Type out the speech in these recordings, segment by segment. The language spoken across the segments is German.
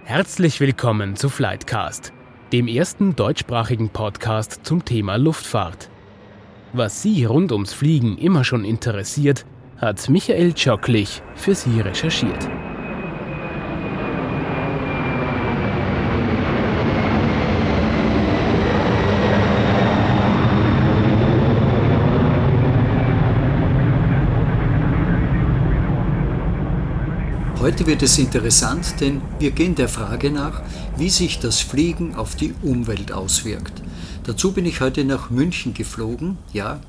Herzlich willkommen zu Flightcast, dem ersten deutschsprachigen Podcast zum Thema Luftfahrt. Was Sie rund ums Fliegen immer schon interessiert, hat Michael Tschocklich für Sie recherchiert. Heute wird es interessant, denn wir gehen der Frage nach, wie sich das Fliegen auf die Umwelt auswirkt. Dazu bin ich heute nach München geflogen,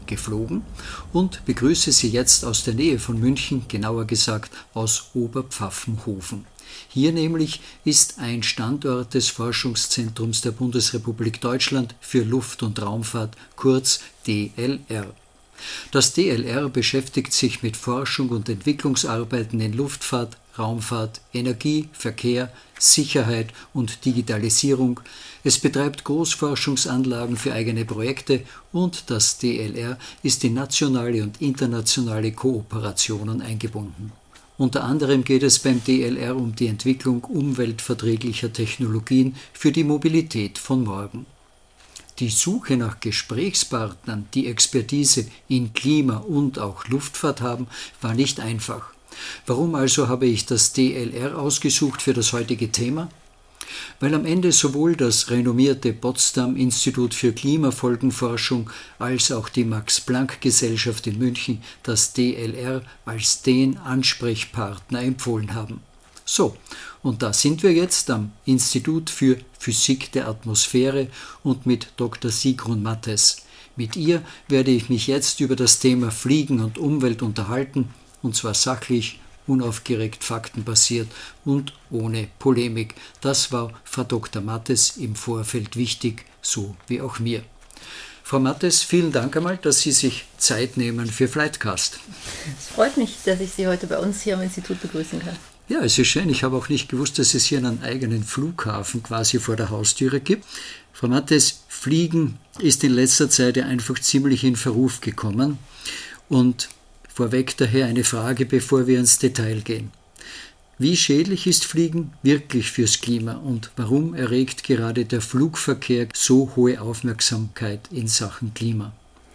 und begrüße Sie jetzt aus der Nähe von München, genauer gesagt aus Oberpfaffenhofen. Hier nämlich ist ein Standort des Forschungszentrums der Bundesrepublik Deutschland für Luft- und Raumfahrt, kurz DLR. Das DLR beschäftigt sich mit Forschung und Entwicklungsarbeiten in Luftfahrt, Raumfahrt, Energie, Verkehr, Sicherheit und Digitalisierung. Es betreibt Großforschungsanlagen für eigene Projekte und das DLR ist in nationale und internationale Kooperationen eingebunden. Unter anderem geht es beim DLR um die Entwicklung umweltverträglicher Technologien für die Mobilität von morgen. Die Suche nach Gesprächspartnern, die Expertise in Klima und auch Luftfahrt haben, war nicht einfach. Warum also habe ich das DLR ausgesucht für das heutige Thema? Weil am Ende sowohl das renommierte Potsdam-Institut für Klimafolgenforschung als auch die Max-Planck-Gesellschaft in München das DLR als den Ansprechpartner empfohlen haben. So, und da sind wir jetzt am Institut für Physik der Atmosphäre und mit Dr. Sigrun Matthes. Mit ihr werde ich mich jetzt über das Thema Fliegen und Umwelt unterhalten, und zwar sachlich, unaufgeregt, faktenbasiert und ohne Polemik. Das war Frau Dr. Matthes im Vorfeld wichtig, so wie auch mir. Frau Matthes, vielen Dank einmal, dass Sie sich Zeit nehmen für Flightcast. Es freut mich, dass ich Sie heute bei uns hier am Institut begrüßen kann. Ja, es ist schön. Ich habe auch nicht gewusst, dass es hier einen eigenen Flughafen quasi vor der Haustüre gibt. Frau Matthes, Fliegen ist in letzter Zeit ja einfach ziemlich in Verruf gekommen. Und vorweg daher eine Frage, bevor wir ins Detail gehen. Wie schädlich ist Fliegen wirklich fürs Klima und warum erregt gerade der Flugverkehr so hohe Aufmerksamkeit in Sachen Klima?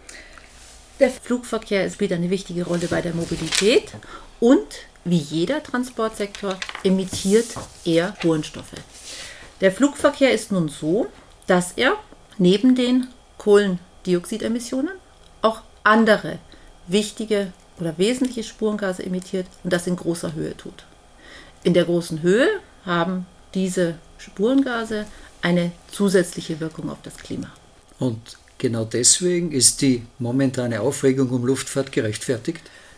Der Flugverkehr spielt eine wichtige Rolle bei der Mobilität und wie jeder Transportsektor emittiert er Kohlenstoffe. Der Flugverkehr ist nun so, dass er neben den Kohlendioxidemissionen auch andere wichtige oder wesentliche Spurengase emittiert und das in großer Höhe tut. In der großen Höhe haben diese Spurengase eine zusätzliche Wirkung auf das Klima. Und genau deswegen ist die momentane Aufregung um Luftfahrt gerechtfertigt?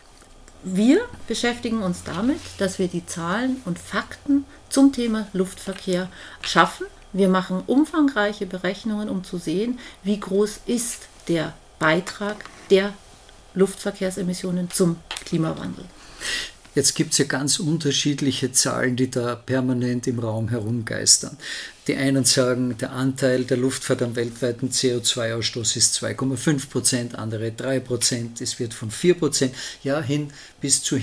Wir beschäftigen uns damit, dass wir die Zahlen und Fakten zum Thema Luftverkehr schaffen. Wir machen umfangreiche Berechnungen, um zu sehen, wie groß ist der Beitrag der Luftverkehrsemissionen zum Klimawandel. Jetzt gibt es ja ganz unterschiedliche Zahlen, die da permanent im Raum herumgeistern. Die einen sagen, der Anteil der Luftfahrt am weltweiten CO2-Ausstoß ist 2,5%, andere 3%, es wird von 4%, ja bis zu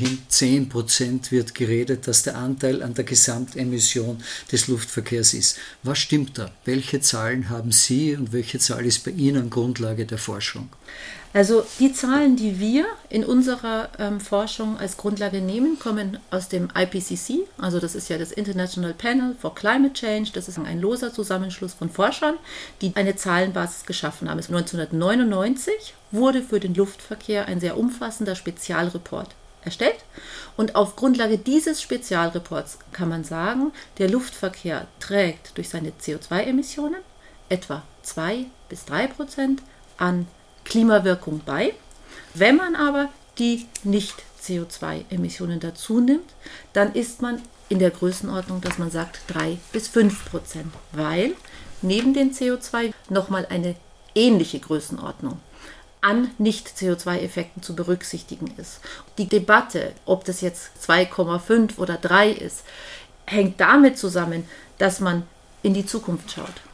10% wird geredet, dass der Anteil an der Gesamtemission des Luftverkehrs ist. Was stimmt da? Welche Zahlen haben Sie und welche Zahl ist bei Ihnen Grundlage der Forschung? Also die Zahlen, die wir in unserer Forschung als Grundlage nehmen, kommen aus dem IPCC, also das ist ja das International Panel for Climate Change, das ist ein loser Zusammenschluss von Forschern, die eine Zahlenbasis geschaffen haben. 1999 wurde für den Luftverkehr ein sehr umfassender Spezialreport erstellt und auf Grundlage dieses Spezialreports kann man sagen, der Luftverkehr trägt durch seine CO2-Emissionen etwa 2-3% an Klimawirkung bei. Wenn man aber die Nicht-CO2-Emissionen dazu nimmt, dann ist man in der Größenordnung, dass man sagt 3-5%, weil neben den CO2 nochmal eine ähnliche Größenordnung an Nicht-CO2-Effekten zu berücksichtigen ist. Die Debatte, ob das jetzt 2,5 oder 3 ist, hängt damit zusammen, dass man in die Zukunft schaut.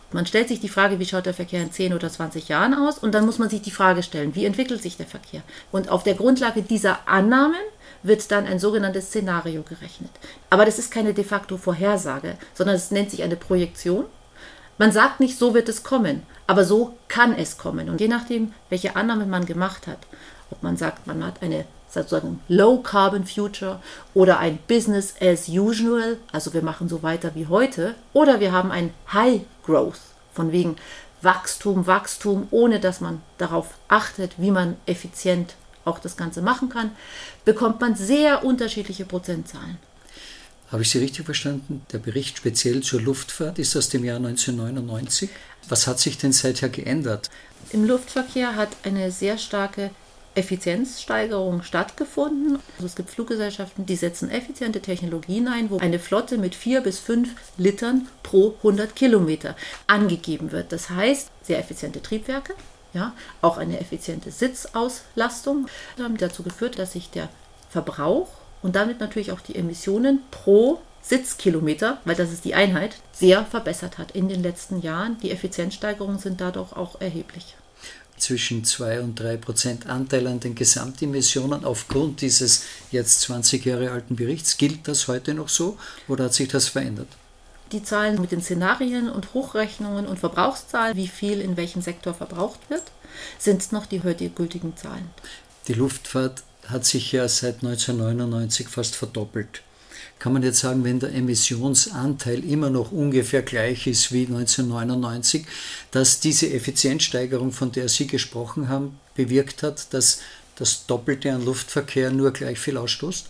Man stellt sich die Frage, wie schaut der Verkehr in 10 oder 20 Jahren aus? Und dann muss man sich die Frage stellen, wie entwickelt sich der Verkehr? Und auf der Grundlage dieser Annahmen wird dann ein sogenanntes Szenario gerechnet. Aber das ist keine de facto Vorhersage, sondern es nennt sich eine Projektion. Man sagt nicht, so wird es kommen, aber so kann es kommen. Und je nachdem, welche Annahmen man gemacht hat, ob man sagt, man hat eine sozusagen Low-Carbon-Future oder ein Business as usual, also wir machen so weiter wie heute, oder wir haben ein High-Growth, von wegen Wachstum, ohne dass man darauf achtet, wie man effizient auch das Ganze machen kann, bekommt man sehr unterschiedliche Prozentzahlen. Habe ich Sie richtig verstanden? Der Bericht speziell zur Luftfahrt ist aus dem Jahr 1999. Was hat sich denn seither geändert? Im Luftverkehr hat eine sehr starke Effizienzsteigerung stattgefunden. Also es gibt Fluggesellschaften, die setzen effiziente Technologien ein, wo eine Flotte mit 4 bis 5 Litern pro 100 Kilometer angegeben wird. Das heißt, sehr effiziente Triebwerke, ja, auch eine effiziente Sitzauslastung haben dazu geführt, dass sich der Verbrauch und damit natürlich auch die Emissionen pro Sitzkilometer, weil das ist die Einheit, sehr verbessert hat in den letzten Jahren. Die Effizienzsteigerungen sind dadurch auch erheblich. Zwischen 2 und 3% Anteil an den Gesamtemissionen aufgrund dieses jetzt 20 Jahre alten Berichts. Gilt das heute noch so oder hat sich das verändert? Die Zahlen mit den Szenarien und Hochrechnungen und Verbrauchszahlen, wie viel in welchem Sektor verbraucht wird, sind noch die heute gültigen Zahlen. Die Luftfahrt hat sich ja seit 1999 fast verdoppelt. Kann man jetzt sagen, wenn der Emissionsanteil immer noch ungefähr gleich ist wie 1999, dass diese Effizienzsteigerung, von der Sie gesprochen haben, bewirkt hat, dass das Doppelte an Luftverkehr nur gleich viel ausstoßt?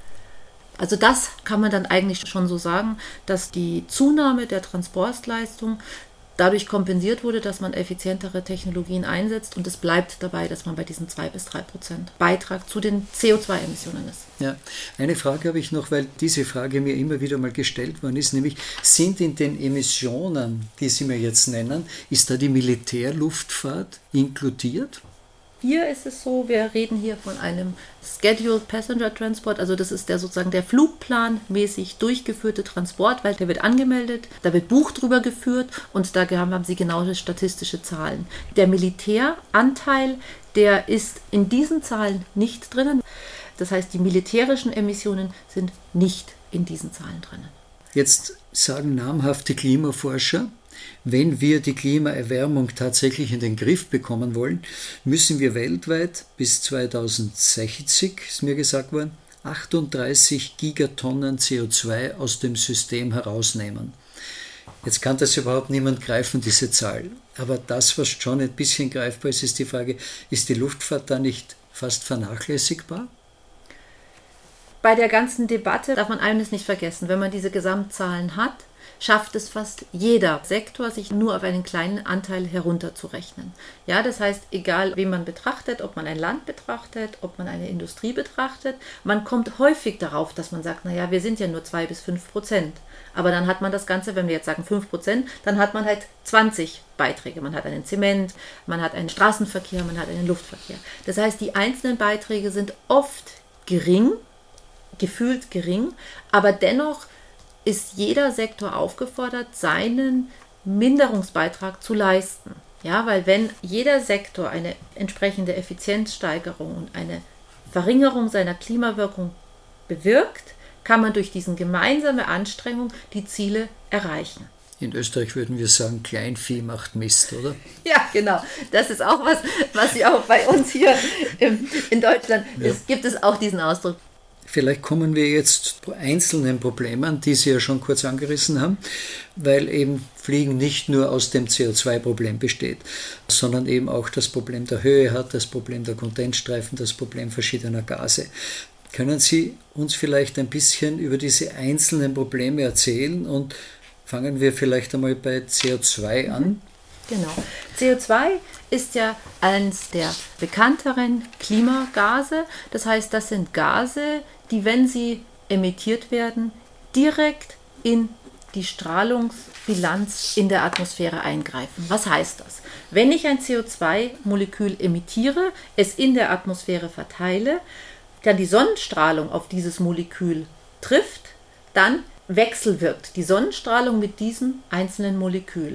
Also das kann man dann eigentlich schon so sagen, dass die Zunahme der Transportleistung dadurch kompensiert wurde, dass man effizientere Technologien einsetzt und es bleibt dabei, dass man bei diesen 2 bis 3% Beitrag zu den CO2-Emissionen ist. Ja, eine Frage habe ich noch, weil diese Frage mir immer wieder mal gestellt worden ist, nämlich sind in den Emissionen, die Sie mir jetzt nennen, ist da die Militärluftfahrt inkludiert? Hier ist es so, wir reden hier von einem Scheduled Passenger Transport, also das ist der sozusagen der flugplanmäßig durchgeführte Transport, weil der wird angemeldet, da wird Buch drüber geführt und da haben Sie genaue statistische Zahlen. Der Militäranteil, der ist in diesen Zahlen nicht drinnen. Das heißt, die militärischen Emissionen sind nicht in diesen Zahlen drinnen. Jetzt sagen namhafte Klimaforscher, wenn wir die Klimaerwärmung tatsächlich in den Griff bekommen wollen, müssen wir weltweit bis 2060, ist mir gesagt worden, 38 Gigatonnen CO2 aus dem System herausnehmen. Jetzt kann das überhaupt niemand greifen, diese Zahl. Aber das, was schon ein bisschen greifbar ist, ist die Frage, ist die Luftfahrt da nicht fast vernachlässigbar? Bei der ganzen Debatte darf man eines nicht vergessen, wenn man diese Gesamtzahlen hat, schafft es fast jeder Sektor, sich nur auf einen kleinen Anteil herunterzurechnen. Ja, das heißt, egal wen man betrachtet, ob man ein Land betrachtet, ob man eine Industrie betrachtet, man kommt häufig darauf, dass man sagt, naja, wir sind ja nur 2 bis 5%. Aber dann hat man das Ganze, wenn wir jetzt sagen 5%, dann hat man halt 20 Beiträge. Man hat einen Zement, man hat einen Straßenverkehr, man hat einen Luftverkehr. Das heißt, die einzelnen Beiträge sind oft gering, gefühlt gering, aber dennoch ist jeder Sektor aufgefordert, seinen Minderungsbeitrag zu leisten. Ja, weil wenn jeder Sektor eine entsprechende Effizienzsteigerung und eine Verringerung seiner Klimawirkung bewirkt, kann man durch diese gemeinsame Anstrengung die Ziele erreichen. In Österreich würden wir sagen, Kleinvieh macht Mist, oder? Ja, genau. Das ist auch was Sie auch bei uns hier in Deutschland, gibt es auch diesen Ausdruck. Vielleicht kommen wir jetzt zu einzelnen Problemen, die Sie ja schon kurz angerissen haben, weil eben Fliegen nicht nur aus dem CO2-Problem besteht, sondern eben auch das Problem der Höhe hat, das Problem der Kondensstreifen, das Problem verschiedener Gase. Können Sie uns vielleicht ein bisschen über diese einzelnen Probleme erzählen und fangen wir vielleicht einmal bei CO2 an? Genau. CO2 ist ja eines der bekannteren Klimagase. Das heißt, das sind Gase, die, wenn sie emittiert werden, direkt in die Strahlungsbilanz in der Atmosphäre eingreifen. Was heißt das? Wenn ich ein CO2-Molekül emittiere, es in der Atmosphäre verteile, dann die Sonnenstrahlung auf dieses Molekül trifft, dann wechselwirkt die Sonnenstrahlung mit diesem einzelnen Molekül.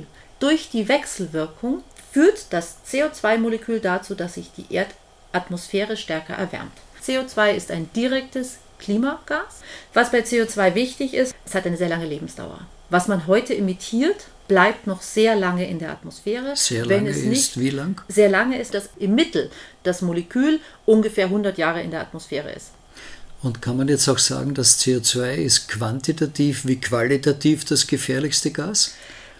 durch die Wechselwirkung führt das CO2-Molekül dazu, dass sich die Erdatmosphäre stärker erwärmt. CO2 ist ein direktes Klimagas. Was bei CO2 wichtig ist, es hat eine sehr lange Lebensdauer. Was man heute emittiert, bleibt noch sehr lange in der Atmosphäre. Sehr lange ist wie lang? Sehr lange ist, dass im Mittel das Molekül ungefähr 100 Jahre in der Atmosphäre ist. Und kann man jetzt auch sagen, dass CO2 ist quantitativ wie qualitativ das gefährlichste Gas?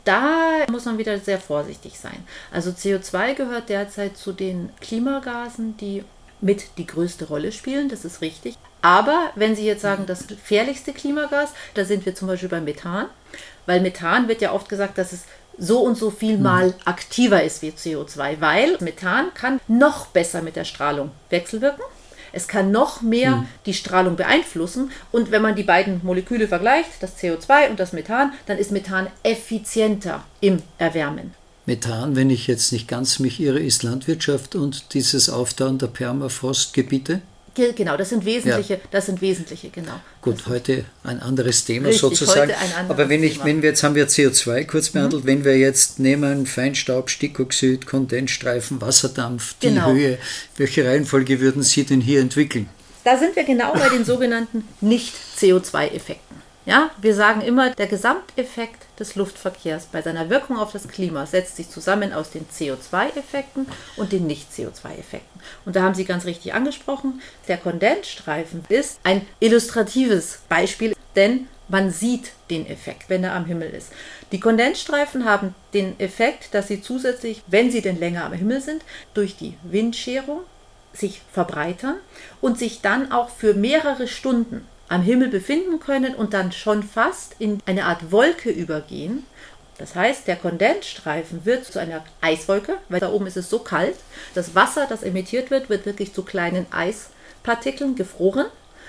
Da muss man wieder sehr vorsichtig sein. Also CO2 gehört derzeit zu den Klimagasen, die mit die größte Rolle spielen, das ist richtig. Aber wenn Sie jetzt sagen, das gefährlichste Klimagas, da sind wir zum Beispiel beim Methan, weil Methan wird ja oft gesagt, dass es so und so viel mal aktiver ist wie CO2, weil Methan kann noch besser mit der Strahlung wechselwirken. Es kann noch mehr die Strahlung beeinflussen und wenn man die beiden Moleküle vergleicht, das CO2 und das Methan, dann ist Methan effizienter im Erwärmen. Methan, wenn ich jetzt nicht ganz mich irre, ist Landwirtschaft und dieses Auftauen der Permafrostgebiete? Genau, das sind wesentliche, genau. Gut, heute ein anderes Thema Richtig, sozusagen. Heute ein anderes Aber wenn wir jetzt haben wir CO2 kurz behandelt, wenn wir jetzt nehmen Feinstaub, Stickoxid, Kondensstreifen, Wasserdampf, die Höhe, welche Reihenfolge würden Sie denn hier entwickeln? Da sind wir genau bei den sogenannten Nicht-CO2-Effekten. Ja, wir sagen immer, der Gesamteffekt des Luftverkehrs bei seiner Wirkung auf das Klima setzt sich zusammen aus den CO2-Effekten und den Nicht-CO2-Effekten. Und da haben Sie ganz richtig angesprochen, der Kondensstreifen ist ein illustratives Beispiel, denn man sieht den Effekt, wenn er am Himmel ist. Die Kondensstreifen haben den Effekt, dass sie zusätzlich, wenn sie denn länger am Himmel sind, durch die Windscherung sich verbreitern und sich dann auch für mehrere Stunden am Himmel befinden können und dann schon fast in eine Art Wolke übergehen. Das heißt, der Kondensstreifen wird zu einer Eiswolke, weil da oben ist es so kalt. Das Wasser, das emittiert wird, wird wirklich zu kleinen Eispartikeln gefroren,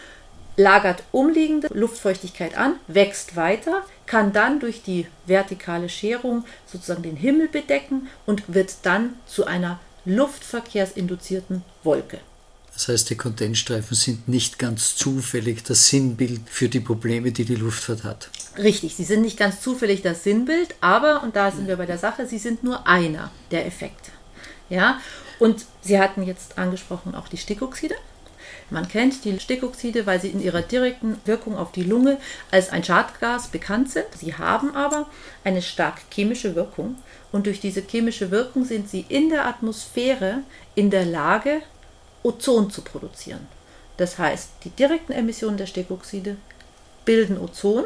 lagert umliegende Luftfeuchtigkeit an, wächst weiter, kann dann durch die vertikale Scherung sozusagen den Himmel bedecken und wird dann zu einer luftverkehrsinduzierten Wolke. Das heißt, die Kondensstreifen sind nicht ganz zufällig das Sinnbild für die Probleme, die die Luftfahrt hat. Richtig, sie sind nicht ganz zufällig das Sinnbild, aber, und da sind wir bei der Sache, sie sind nur einer der Effekte. Ja? Und Sie hatten jetzt angesprochen auch die Stickoxide. Man kennt die Stickoxide, weil sie in ihrer direkten Wirkung auf die Lunge als ein Schadgas bekannt sind. Sie haben aber eine stark chemische Wirkung und durch diese chemische Wirkung sind sie in der Atmosphäre in der Lage, Ozon zu produzieren. Das heißt, die direkten Emissionen der Stickoxide bilden Ozon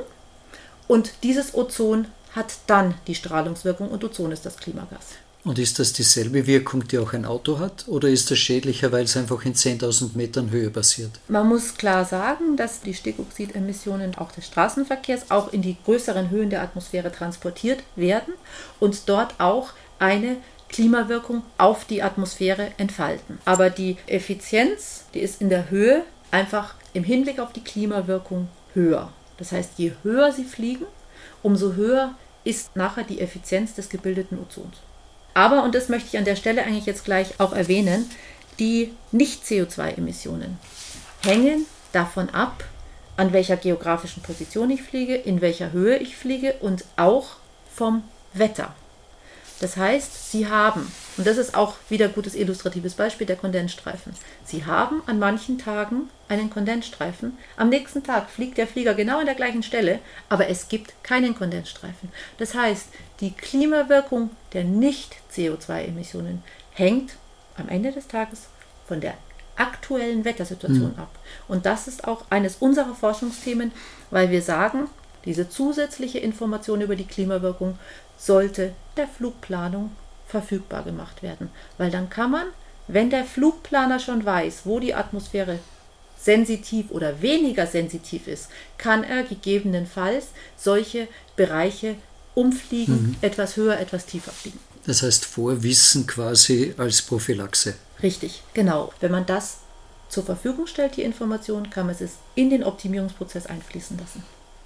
und dieses Ozon hat dann die Strahlungswirkung und Ozon ist das Klimagas. Und ist das dieselbe Wirkung, die auch ein Auto hat, oder ist das schädlicher, weil es einfach in 10.000 Metern Höhe passiert? Man muss klar sagen, dass die Stickoxidemissionen auch des Straßenverkehrs auch in die größeren Höhen der Atmosphäre transportiert werden und dort auch eine Klimawirkung auf die Atmosphäre entfalten. Aber die Effizienz, die ist in der Höhe einfach im Hinblick auf die Klimawirkung höher. Das heißt, je höher sie fliegen, umso höher ist nachher die Effizienz des gebildeten Ozons. Aber, und das möchte ich an der Stelle eigentlich jetzt gleich auch erwähnen, die Nicht-CO2-Emissionen hängen davon ab, an welcher geografischen Position ich fliege, in welcher Höhe ich fliege und auch vom Wetter. Das heißt, Sie haben, und das ist auch wieder ein gutes illustratives Beispiel, der Kondensstreifen. Sie haben an manchen Tagen einen Kondensstreifen. Am nächsten Tag fliegt der Flieger genau an der gleichen Stelle, aber es gibt keinen Kondensstreifen. Das heißt, die Klimawirkung der Nicht-CO2-Emissionen hängt am Ende des Tages von der aktuellen Wettersituation ab. Und das ist auch eines unserer Forschungsthemen, weil wir sagen, diese zusätzliche Information über die Klimawirkung sollte der Flugplanung verfügbar gemacht werden. Weil dann kann man, wenn der Flugplaner schon weiß, wo die Atmosphäre sensitiv oder weniger sensitiv ist, kann er gegebenenfalls solche Bereiche umfliegen, etwas höher, etwas tiefer fliegen. Das heißt Vorwissen quasi als Prophylaxe. Richtig, genau. Wenn man das zur Verfügung stellt, die Information, kann man es in den Optimierungsprozess einfließen lassen.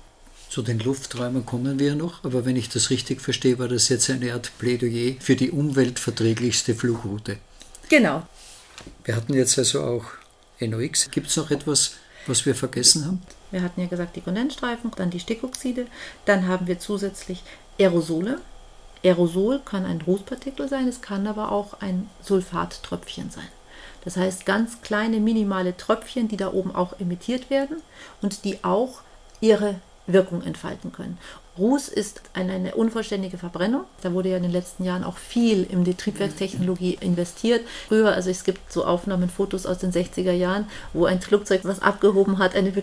Zu den Lufträumen kommen wir noch, aber wenn ich das richtig verstehe, war das jetzt eine Art Plädoyer für die umweltverträglichste Flugroute. Genau. Wir hatten jetzt also auch NOx. Gibt es noch etwas, was wir vergessen haben? Wir hatten ja gesagt, die Kondensstreifen, dann die Stickoxide, dann haben wir zusätzlich Aerosole. Aerosol kann ein Rußpartikel sein, es kann aber auch ein Sulfattröpfchen sein. Das heißt ganz kleine, minimale Tröpfchen, die da oben auch emittiert werden und die auch ihre Wirkung entfalten können. Ruß ist eine unvollständige Verbrennung. Da wurde ja in den letzten Jahren auch viel in die Triebwerkstechnologie investiert. Früher, also es gibt so Aufnahmen, Fotos aus den 60er Jahren, wo ein Flugzeug, was abgehoben hat, eine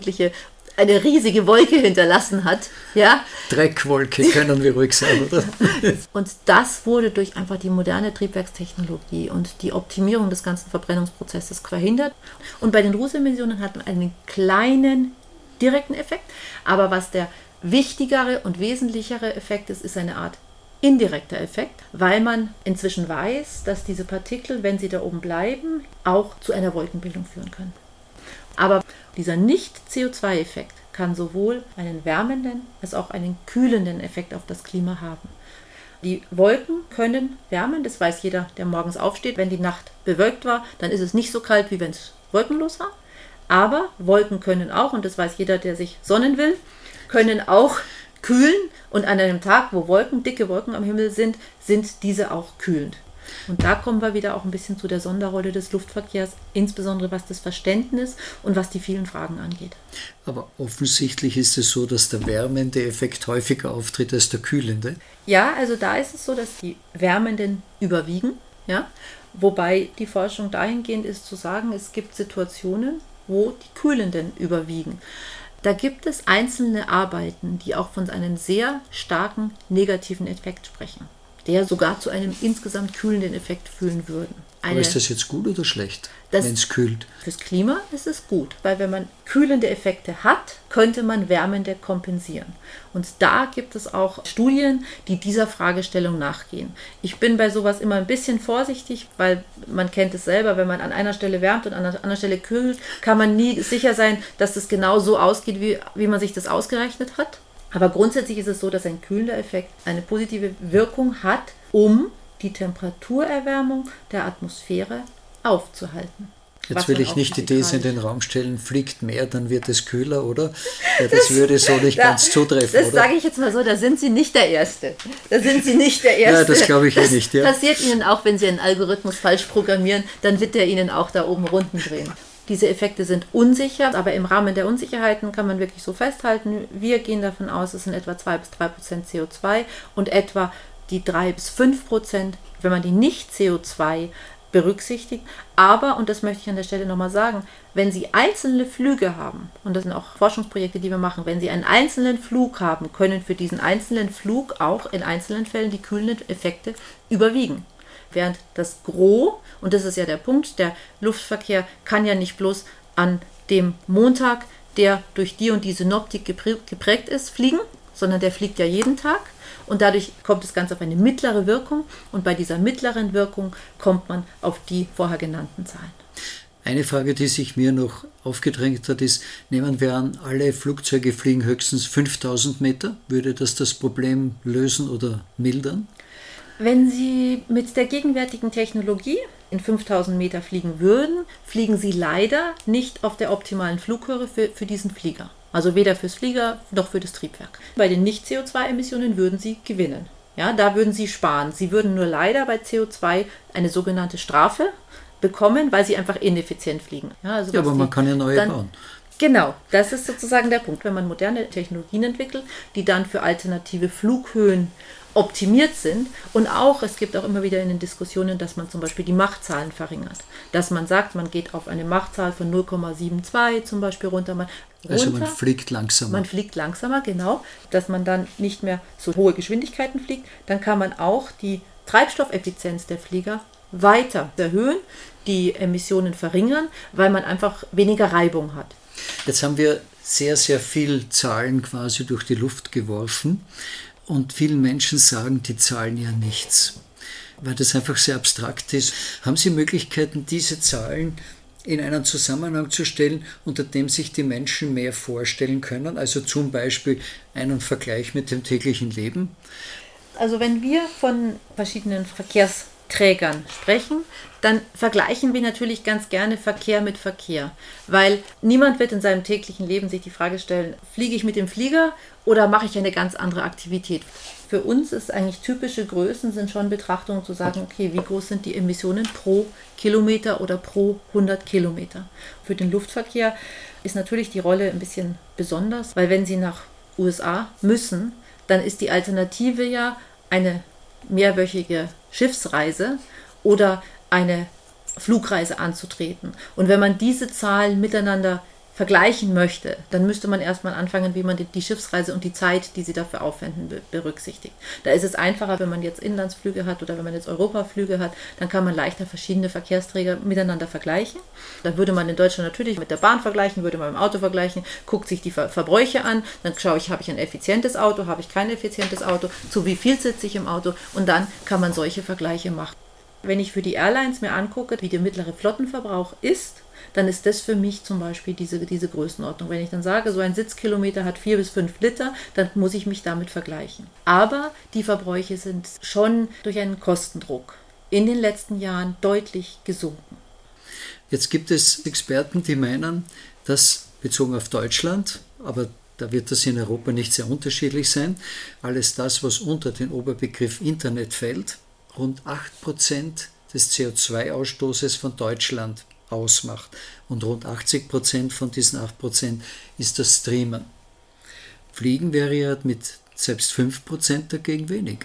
riesige Wolke hinterlassen hat. Ja? Dreckwolke können wir ruhig sagen, oder? Und das wurde durch einfach die moderne Triebwerkstechnologie und die Optimierung des ganzen Verbrennungsprozesses verhindert. Und bei den Rußemissionen hat man einen kleinen direkten Effekt, aber was der wichtigere und wesentlichere Effekt ist eine Art indirekter Effekt, weil man inzwischen weiß, dass diese Partikel, wenn sie da oben bleiben, auch zu einer Wolkenbildung führen können. Aber dieser Nicht-CO2-Effekt kann sowohl einen wärmenden als auch einen kühlenden Effekt auf das Klima haben. Die Wolken können wärmen, das weiß jeder, der morgens aufsteht. Wenn die Nacht bewölkt war, dann ist es nicht so kalt, wie wenn es wolkenlos war. Aber Wolken können auch, und das weiß jeder, der sich sonnen will, können auch kühlen. Und an einem Tag, wo dicke Wolken am Himmel sind diese auch kühlend. Und da kommen wir wieder auch ein bisschen zu der Sonderrolle des Luftverkehrs, insbesondere was das Verständnis und was die vielen Fragen angeht. Aber offensichtlich ist es so, dass der wärmende Effekt häufiger auftritt als der kühlende. Ja, also da ist es so, dass die Wärmenden überwiegen. Ja? Wobei die Forschung dahingehend ist zu sagen, es gibt Situationen, wo die Kühlenden überwiegen. Da gibt es einzelne Arbeiten, die auch von einem sehr starken negativen Effekt sprechen, der sogar zu einem insgesamt kühlenden Effekt führen würden. Aber ist das jetzt gut oder schlecht, wenn es kühlt? Fürs Klima ist es gut, weil wenn man kühlende Effekte hat, könnte man wärmende kompensieren. Und da gibt es auch Studien, die dieser Fragestellung nachgehen. Ich bin bei sowas immer ein bisschen vorsichtig, weil man kennt es selber, wenn man an einer Stelle wärmt und an einer anderen Stelle kühlt, kann man nie sicher sein, dass es genau so ausgeht, wie man sich das ausgerechnet hat. Aber grundsätzlich ist es so, dass ein kühlender Effekt eine positive Wirkung hat, um die Temperaturerwärmung der Atmosphäre aufzuhalten. Jetzt will ich nicht die These in den Raum stellen, fliegt mehr, dann wird es kühler, oder? Ja, das würde so nicht ganz zutreffen, das oder? Das sage ich jetzt mal so, da sind Sie nicht der Erste. Ja, das glaube ich nicht. Ja. Passiert Ihnen auch, wenn Sie einen Algorithmus falsch programmieren, dann wird der Ihnen auch da oben Runden drehen. Diese Effekte sind unsicher, aber im Rahmen der Unsicherheiten kann man wirklich so festhalten, wir gehen davon aus, es sind etwa 2-3% CO2 und etwa die 3-5%, wenn man die Nicht-CO2 berücksichtigt. Aber, und das möchte ich an der Stelle nochmal sagen, wenn Sie einzelne Flüge haben, und das sind auch Forschungsprojekte, die wir machen, wenn Sie einen einzelnen Flug haben, können für diesen einzelnen Flug auch in einzelnen Fällen die kühlenden Effekte überwiegen. Während das Gros, und das ist ja der Punkt, der Luftverkehr kann ja nicht bloß an dem Montag, der durch die und die Synoptik geprägt ist, fliegen, sondern der fliegt ja jeden Tag. Und dadurch kommt das Ganze auf eine mittlere Wirkung. Und bei dieser mittleren Wirkung kommt man auf die vorher genannten Zahlen. Eine Frage, die sich mir noch aufgedrängt hat, ist, nehmen wir an, alle Flugzeuge fliegen höchstens 5000 Meter. Würde das Problem lösen oder mildern? Wenn Sie mit der gegenwärtigen Technologie in 5000 Meter fliegen würden, fliegen Sie leider nicht auf der optimalen Flughöhe für diesen Flieger. Also weder fürs Flieger noch für das Triebwerk. Bei den Nicht-CO2-Emissionen würden Sie gewinnen. Ja, da würden Sie sparen. Sie würden nur leider bei CO2 eine sogenannte Strafe bekommen, weil Sie einfach ineffizient fliegen. Ja, also aber man kann ja neue bauen. Genau, das ist sozusagen der Punkt. Wenn man moderne Technologien entwickelt, die dann für alternative Flughöhen optimiert sind und auch, es gibt auch immer wieder in den Diskussionen, dass man zum Beispiel die Machtzahlen verringert. Dass man sagt, man geht auf eine Machtzahl von 0,72 zum Beispiel runter. Also man fliegt langsamer. Man fliegt langsamer, genau. Dass man dann nicht mehr so hohe Geschwindigkeiten fliegt. Dann kann man auch die Treibstoffeffizienz der Flieger weiter erhöhen, die Emissionen verringern, weil man einfach weniger Reibung hat. Jetzt haben wir sehr, sehr viel Zahlen quasi durch die Luft geworfen. Und vielen Menschen sagen die Zahlen ja nichts, weil das einfach sehr abstrakt ist. Haben Sie Möglichkeiten, diese Zahlen in einen Zusammenhang zu stellen, unter dem sich die Menschen mehr vorstellen können? Also zum Beispiel einen Vergleich mit dem täglichen Leben? Also wenn wir von verschiedenen Trägern sprechen, dann vergleichen wir natürlich ganz gerne Verkehr mit Verkehr, weil niemand wird in seinem täglichen Leben sich die Frage stellen, fliege ich mit dem Flieger oder mache ich eine ganz andere Aktivität? Für uns ist eigentlich typische Größen sind schon Betrachtungen zu sagen, okay, wie groß sind die Emissionen pro Kilometer oder pro 100 Kilometer? Für den Luftverkehr ist natürlich die Rolle ein bisschen besonders, weil wenn Sie nach USA müssen, dann ist die Alternative ja eine mehrwöchige Schiffsreise oder eine Flugreise anzutreten. Und wenn man diese Zahlen miteinander vergleichen möchte, dann müsste man erstmal anfangen, wie man die Schiffsreise und die Zeit, die sie dafür aufwenden, berücksichtigt. Da ist es einfacher, wenn man jetzt Inlandsflüge hat oder wenn man jetzt Europaflüge hat, dann kann man leichter verschiedene Verkehrsträger miteinander vergleichen. Dann würde man in Deutschland natürlich mit der Bahn vergleichen, würde man mit dem Auto vergleichen, guckt sich die Verbräuche an, dann schaue ich, habe ich ein effizientes Auto, habe ich kein effizientes Auto, zu wie viel sitze ich im Auto und dann kann man solche Vergleiche machen. Wenn ich für die Airlines mir angucke, wie der mittlere Flottenverbrauch ist, dann ist das für mich zum Beispiel diese Größenordnung. Wenn ich dann sage, so ein Sitzkilometer hat 4 bis 5 Liter, dann muss ich mich damit vergleichen. Aber die Verbräuche sind schon durch einen Kostendruck in den letzten Jahren deutlich gesunken. Jetzt gibt es Experten, die meinen, dass bezogen auf Deutschland, aber da wird das in Europa nicht sehr unterschiedlich sein, alles das, was unter den Oberbegriff Internet fällt, rund 8% des CO2-Ausstoßes von Deutschland ausmacht. Und rund 80% von diesen 8% ist das Streamen. Fliegen wäre ja mit selbst 5% dagegen wenig.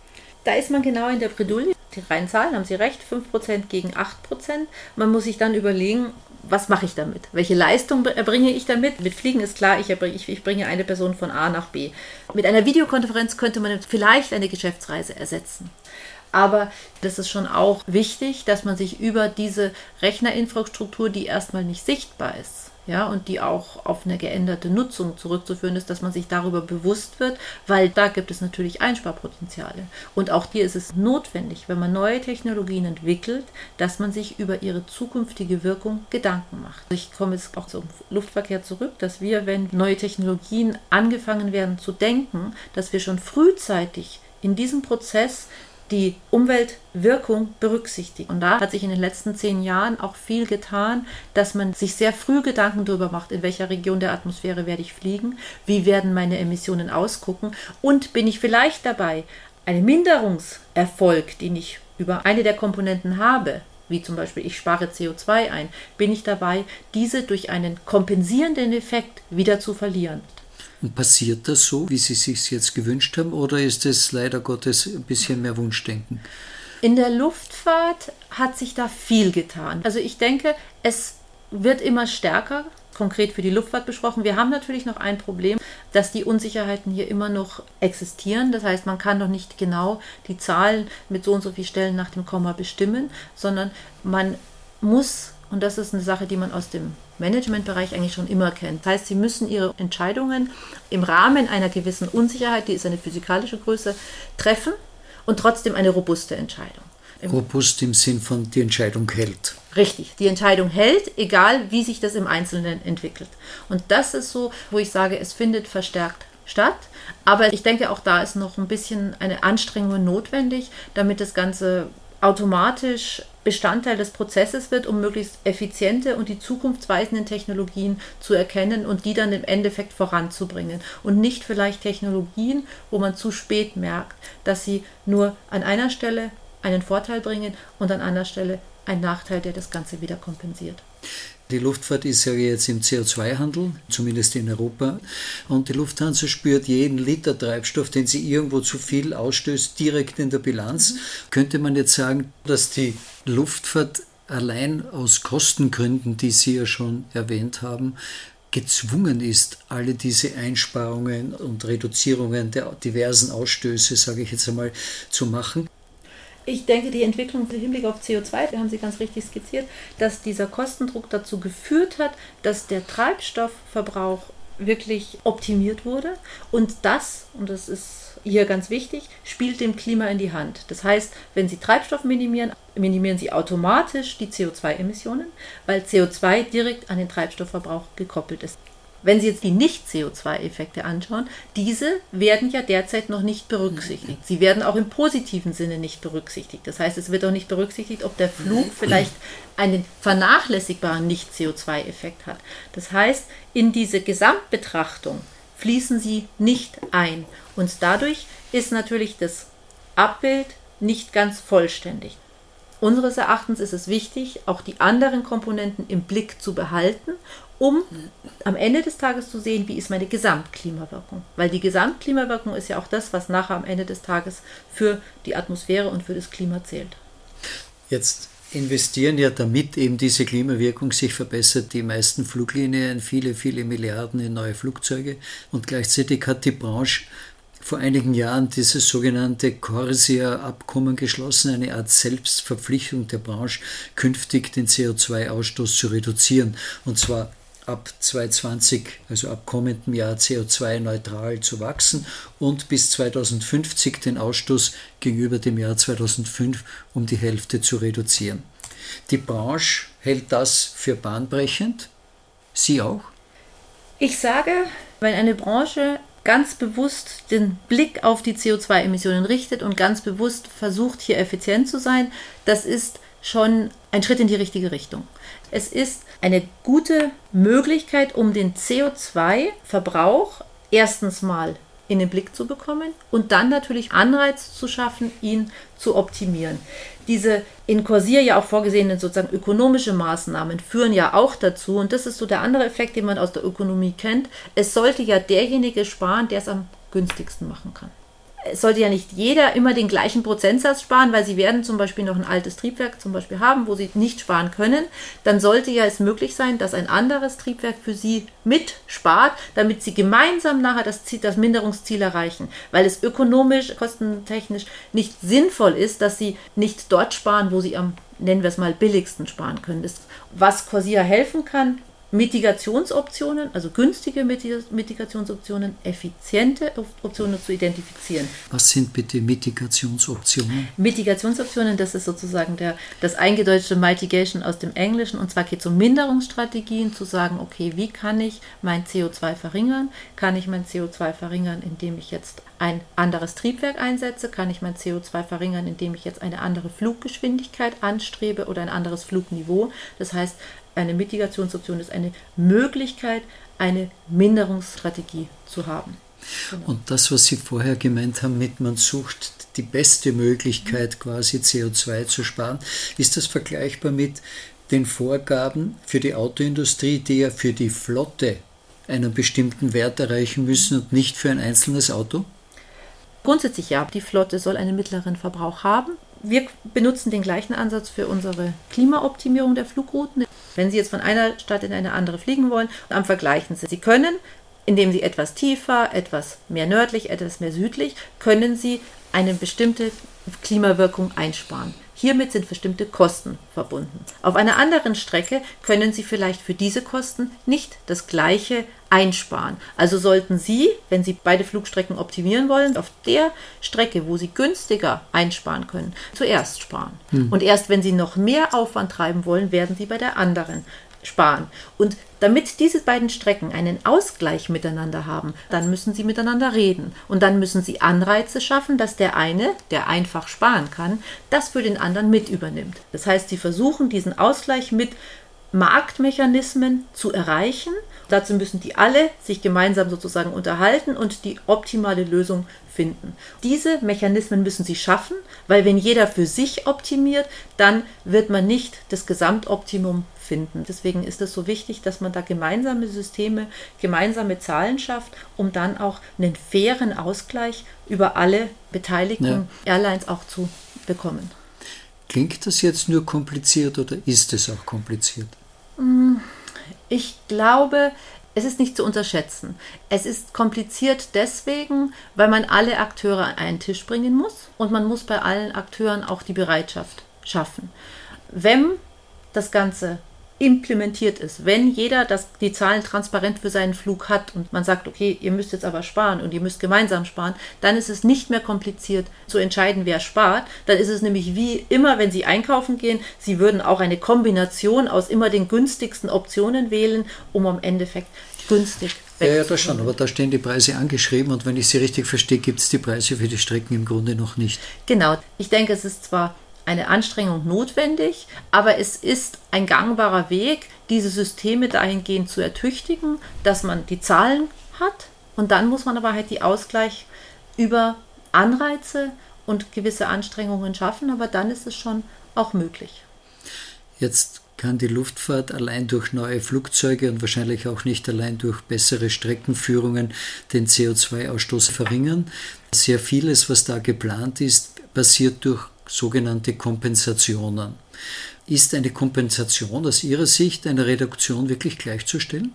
Da ist man genau in der Bredouille. Die reinen Zahlen, haben Sie recht, 5% gegen 8%. Man muss sich dann überlegen, was mache ich damit? Welche Leistung erbringe ich damit? Mit Fliegen ist klar, ich bringe eine Person von A nach B. Mit einer Videokonferenz könnte man vielleicht eine Geschäftsreise ersetzen. Aber das ist schon auch wichtig, dass man sich über diese Rechnerinfrastruktur, die erstmal nicht sichtbar ist, ja, und die auch auf eine geänderte Nutzung zurückzuführen ist, dass man sich darüber bewusst wird, weil da gibt es natürlich Einsparpotenziale. Und auch hier ist es notwendig, wenn man neue Technologien entwickelt, dass man sich über ihre zukünftige Wirkung Gedanken macht. Ich komme jetzt auch zum Luftverkehr zurück, dass wir, wenn neue Technologien angefangen werden zu denken, dass wir schon frühzeitig in diesem Prozess die Umweltwirkung berücksichtigt. Und da hat sich in den letzten 10 Jahren auch viel getan, dass man sich sehr früh Gedanken darüber macht, in welcher Region der Atmosphäre werde ich fliegen, wie werden meine Emissionen ausgucken und bin ich vielleicht dabei, einen Minderungserfolg, den ich über eine der Komponenten habe, wie zum Beispiel ich spare CO2 ein, bin ich dabei, diese durch einen kompensierenden Effekt wieder zu verlieren. Und passiert das so, wie Sie es sich jetzt gewünscht haben, oder ist es leider Gottes ein bisschen mehr Wunschdenken? In der Luftfahrt hat sich da viel getan. Also ich denke, es wird immer stärker, konkret für die Luftfahrt besprochen. Wir haben natürlich noch ein Problem, dass die Unsicherheiten hier immer noch existieren. Das heißt, man kann noch nicht genau die Zahlen mit so und so vielen Stellen nach dem Komma bestimmen, sondern man muss, und das ist eine Sache, die man aus dem Managementbereich eigentlich schon immer kennt. Das heißt, Sie müssen Ihre Entscheidungen im Rahmen einer gewissen Unsicherheit, die ist eine physikalische Größe, treffen und trotzdem eine robuste Entscheidung. Robust im Sinn von, die Entscheidung hält. Richtig, die Entscheidung hält, egal wie sich das im Einzelnen entwickelt. Und das ist so, wo ich sage, es findet verstärkt statt. Aber ich denke, auch da ist noch ein bisschen eine Anstrengung notwendig, damit das Ganze automatisch Bestandteil des Prozesses wird, um möglichst effiziente und die zukunftsweisenden Technologien zu erkennen und die dann im Endeffekt voranzubringen. Und nicht vielleicht Technologien, wo man zu spät merkt, dass sie nur an einer Stelle einen Vorteil bringen und an anderer Stelle einen Nachteil, der das Ganze wieder kompensiert. Die Luftfahrt ist ja jetzt im CO2-Handel, zumindest in Europa. Und die Lufthansa spürt jeden Liter Treibstoff, den sie irgendwo zu viel ausstößt, direkt in der Bilanz. Könnte man jetzt sagen, dass die Luftfahrt allein aus Kostengründen, die Sie ja schon erwähnt haben, gezwungen ist, alle diese Einsparungen und Reduzierungen der diversen Ausstöße, sage ich jetzt einmal, zu machen? Ich denke, die Entwicklung im Hinblick auf CO2, da haben Sie ganz richtig skizziert, dass dieser Kostendruck dazu geführt hat, dass der Treibstoffverbrauch wirklich optimiert wurde. Und das ist hier ganz wichtig, spielt dem Klima in die Hand. Das heißt, wenn Sie Treibstoff minimieren, minimieren Sie automatisch die CO2-Emissionen, weil CO2 direkt an den Treibstoffverbrauch gekoppelt ist. Wenn Sie jetzt die Nicht-CO2-Effekte anschauen, diese werden ja derzeit noch nicht berücksichtigt. Sie werden auch im positiven Sinne nicht berücksichtigt. Das heißt, es wird auch nicht berücksichtigt, ob der Flug vielleicht einen vernachlässigbaren Nicht-CO2-Effekt hat. Das heißt, in diese Gesamtbetrachtung fließen sie nicht ein. Und dadurch ist natürlich das Abbild nicht ganz vollständig. Unseres Erachtens ist es wichtig, auch die anderen Komponenten im Blick zu behalten, um am Ende des Tages zu sehen, wie ist meine Gesamtklimawirkung. Weil die Gesamtklimawirkung ist ja auch das, was nachher am Ende des Tages für die Atmosphäre und für das Klima zählt. Jetzt investieren ja, damit eben diese Klimawirkung sich verbessert, die meisten Fluglinien viele, viele Milliarden in neue Flugzeuge. Und gleichzeitig hat die Branche vor einigen Jahren dieses sogenannte CORSIA-Abkommen geschlossen, eine Art Selbstverpflichtung der Branche, künftig den CO2-Ausstoß zu reduzieren. Und zwar ab 2020, also ab kommendem Jahr, CO2-neutral zu wachsen und bis 2050 den Ausstoß gegenüber dem Jahr 2005 um die Hälfte zu reduzieren. Die Branche hält das für bahnbrechend. Sie auch? Ich sage, wenn eine Branche ganz bewusst den Blick auf die CO2-Emissionen richtet und ganz bewusst versucht, hier effizient zu sein, das ist schon ein Schritt in die richtige Richtung. Es ist eine gute Möglichkeit, um den CO2-Verbrauch erstens mal in den Blick zu bekommen und dann natürlich Anreize zu schaffen, ihn zu optimieren. Diese in CORSIA ja auch vorgesehenen sozusagen ökonomische Maßnahmen führen ja auch dazu, und das ist so der andere Effekt, den man aus der Ökonomie kennt, es sollte ja derjenige sparen, der es am günstigsten machen kann. Es sollte ja nicht jeder immer den gleichen Prozentsatz sparen, weil sie werden zum Beispiel noch ein altes Triebwerk zum Beispiel haben, wo sie nicht sparen können. Dann sollte ja es möglich sein, dass ein anderes Triebwerk für sie mitspart, damit sie gemeinsam nachher das Minderungsziel erreichen. Weil es ökonomisch, kostentechnisch nicht sinnvoll ist, dass sie nicht dort sparen, wo sie am, nennen wir es mal, billigsten sparen können. Das, was CORSIA helfen kann, Mitigationsoptionen, also günstige Mitigationsoptionen, effiziente Optionen zu identifizieren. Was sind bitte Mitigationsoptionen? Mitigationsoptionen, das ist sozusagen das eingedeutschte Mitigation aus dem Englischen, und zwar geht es um Minderungsstrategien, zu sagen, okay, wie kann ich mein CO2 verringern? Kann ich mein CO2 verringern, indem ich jetzt ein anderes Triebwerk einsetze? Kann ich mein CO2 verringern, indem ich jetzt eine andere Fluggeschwindigkeit anstrebe oder ein anderes Flugniveau? Das heißt, eine Mitigationsoption ist eine Möglichkeit, eine Minderungsstrategie zu haben. Genau. Und das, was Sie vorher gemeint haben, mit man sucht die beste Möglichkeit, quasi CO2 zu sparen, ist das vergleichbar mit den Vorgaben für die Autoindustrie, die ja für die Flotte einen bestimmten Wert erreichen müssen und nicht für ein einzelnes Auto? Grundsätzlich ja, die Flotte soll einen mittleren Verbrauch haben. Wir benutzen den gleichen Ansatz für unsere Klimaoptimierung der Flugrouten. Wenn Sie jetzt von einer Stadt in eine andere fliegen wollen, dann vergleichen Sie. Sie können, indem Sie etwas tiefer, etwas mehr nördlich, etwas mehr südlich, können Sie eine bestimmte Klimawirkung einsparen. Hiermit sind bestimmte Kosten verbunden. Auf einer anderen Strecke können Sie vielleicht für diese Kosten nicht das Gleiche einsparen. Also sollten Sie, wenn Sie beide Flugstrecken optimieren wollen, auf der Strecke, wo Sie günstiger einsparen können, zuerst sparen. Und erst wenn Sie noch mehr Aufwand treiben wollen, werden Sie bei der anderen sparen. Und damit diese beiden Strecken einen Ausgleich miteinander haben, dann müssen sie miteinander reden. Und dann müssen sie Anreize schaffen, dass der eine, der einfach sparen kann, das für den anderen mit übernimmt. Das heißt, sie versuchen, diesen Ausgleich mit Marktmechanismen zu erreichen. Dazu müssen die alle sich gemeinsam sozusagen unterhalten und die optimale Lösung finden. Diese Mechanismen müssen sie schaffen, weil wenn jeder für sich optimiert, dann wird man nicht das Gesamtoptimum finden. Deswegen ist es so wichtig, dass man da gemeinsame Systeme, gemeinsame Zahlen schafft, um dann auch einen fairen Ausgleich über alle beteiligten Airlines auch zu bekommen. Klingt das jetzt nur kompliziert oder ist es auch kompliziert? Ich glaube, es ist nicht zu unterschätzen. Es ist kompliziert deswegen, weil man alle Akteure an einen Tisch bringen muss und man muss bei allen Akteuren auch die Bereitschaft schaffen. Wenn das Ganze implementiert ist, wenn jeder die Zahlen transparent für seinen Flug hat und man sagt, okay, ihr müsst jetzt aber sparen und ihr müsst gemeinsam sparen, dann ist es nicht mehr kompliziert zu entscheiden, wer spart. Dann ist es nämlich wie immer, wenn Sie einkaufen gehen, Sie würden auch eine Kombination aus immer den günstigsten Optionen wählen, um am Endeffekt günstig Ja, das schon, aber da stehen die Preise angeschrieben und wenn ich sie richtig verstehe, gibt es die Preise für die Strecken im Grunde noch nicht. Genau, ich denke, es ist zwar eine Anstrengung notwendig, aber es ist ein gangbarer Weg, diese Systeme dahingehend zu ertüchtigen, dass man die Zahlen hat und dann muss man aber halt die Ausgleich über Anreize und gewisse Anstrengungen schaffen, aber dann ist es schon auch möglich. Jetzt kann die Luftfahrt allein durch neue Flugzeuge und wahrscheinlich auch nicht allein durch bessere Streckenführungen den CO2-Ausstoß verringern. Sehr vieles, was da geplant ist, passiert durch sogenannte Kompensationen. Ist eine Kompensation aus Ihrer Sicht einer Reduktion wirklich gleichzustellen?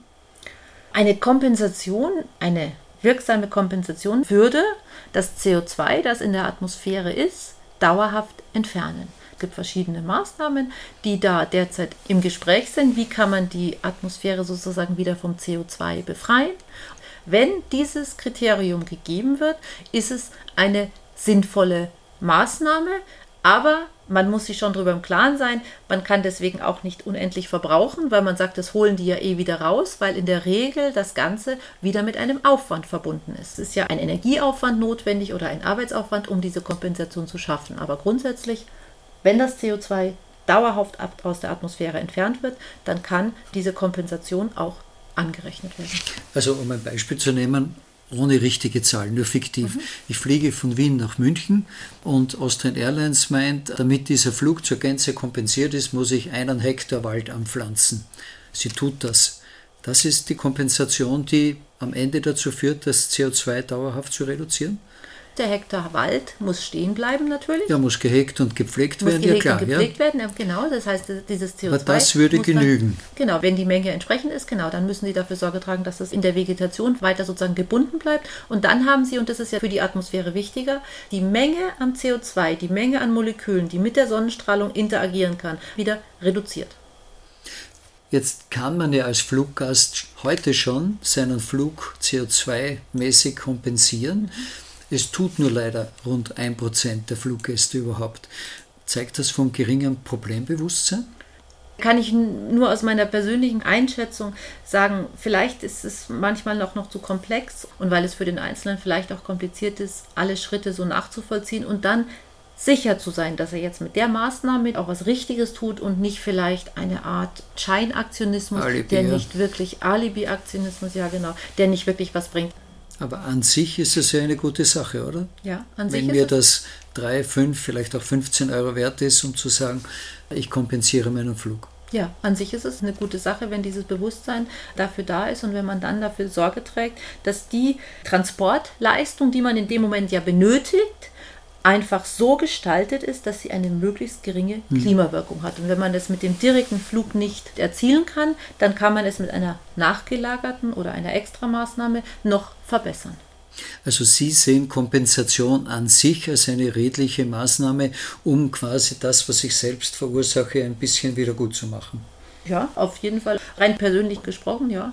Eine Kompensation, eine wirksame Kompensation würde das CO2, das in der Atmosphäre ist, dauerhaft entfernen. Es gibt verschiedene Maßnahmen, die da derzeit im Gespräch sind. Wie kann man die Atmosphäre sozusagen wieder vom CO2 befreien? Wenn dieses Kriterium gegeben wird, ist es eine sinnvolle Maßnahme, aber man muss sich schon darüber im Klaren sein, man kann deswegen auch nicht unendlich verbrauchen, weil man sagt, das holen die ja eh wieder raus, weil in der Regel das Ganze wieder mit einem Aufwand verbunden ist. Es ist ja ein Energieaufwand notwendig oder ein Arbeitsaufwand, um diese Kompensation zu schaffen. Aber grundsätzlich, wenn das CO2 dauerhaft aus der Atmosphäre entfernt wird, dann kann diese Kompensation auch angerechnet werden. Also um ein Beispiel zu nehmen, ohne richtige Zahlen, nur fiktiv. Ich fliege von Wien nach München und Austrian Airlines meint, damit dieser Flug zur Gänze kompensiert ist, muss ich 1 Hektar Wald anpflanzen. Sie tut das. Das ist die Kompensation, die am Ende dazu führt, das CO2 dauerhaft zu reduzieren? Der Hektar Wald muss stehen bleiben natürlich. Ja, muss gehegt und gepflegt werden, ja klar. Und gepflegt werden, ja, genau. Das heißt, dieses CO2 aber das würde genügen. Genau, wenn die Menge entsprechend ist, genau, dann müssen sie dafür Sorge tragen, dass das in der Vegetation weiter sozusagen gebunden bleibt. Und dann haben sie, und das ist ja für die Atmosphäre wichtiger, die Menge an CO2, die Menge an Molekülen, die mit der Sonnenstrahlung interagieren kann, wieder reduziert. Jetzt kann man ja als Fluggast heute schon seinen Flug CO2-mäßig kompensieren. Es tut nur leider rund 1% der Fluggäste überhaupt. Zeigt das vom geringen Problembewusstsein? Kann ich nur aus meiner persönlichen Einschätzung sagen, vielleicht ist es manchmal noch zu komplex und weil es für den Einzelnen vielleicht auch kompliziert ist, alle Schritte so nachzuvollziehen und dann sicher zu sein, dass er jetzt mit der Maßnahme auch was Richtiges tut und nicht vielleicht eine Art Scheinaktionismus, der nicht wirklich Alibi-Aktionismus, ja genau, der nicht wirklich was bringt. Aber an sich ist es ja eine gute Sache, oder? Ja, an sich ist es. Wenn mir das 3, 5, vielleicht auch 15 Euro wert ist, um zu sagen, ich kompensiere meinen Flug. Ja, an sich ist es eine gute Sache, wenn dieses Bewusstsein dafür da ist und wenn man dann dafür Sorge trägt, dass die Transportleistung, die man in dem Moment ja benötigt, einfach so gestaltet ist, dass sie eine möglichst geringe Klimawirkung hat. Und wenn man das mit dem direkten Flug nicht erzielen kann, dann kann man es mit einer nachgelagerten oder einer Extramaßnahme noch verbessern. Also Sie sehen Kompensation an sich als eine redliche Maßnahme, um quasi das, was ich selbst verursache, ein bisschen wieder gut zu machen. Ja, auf jeden Fall. Rein persönlich gesprochen, ja.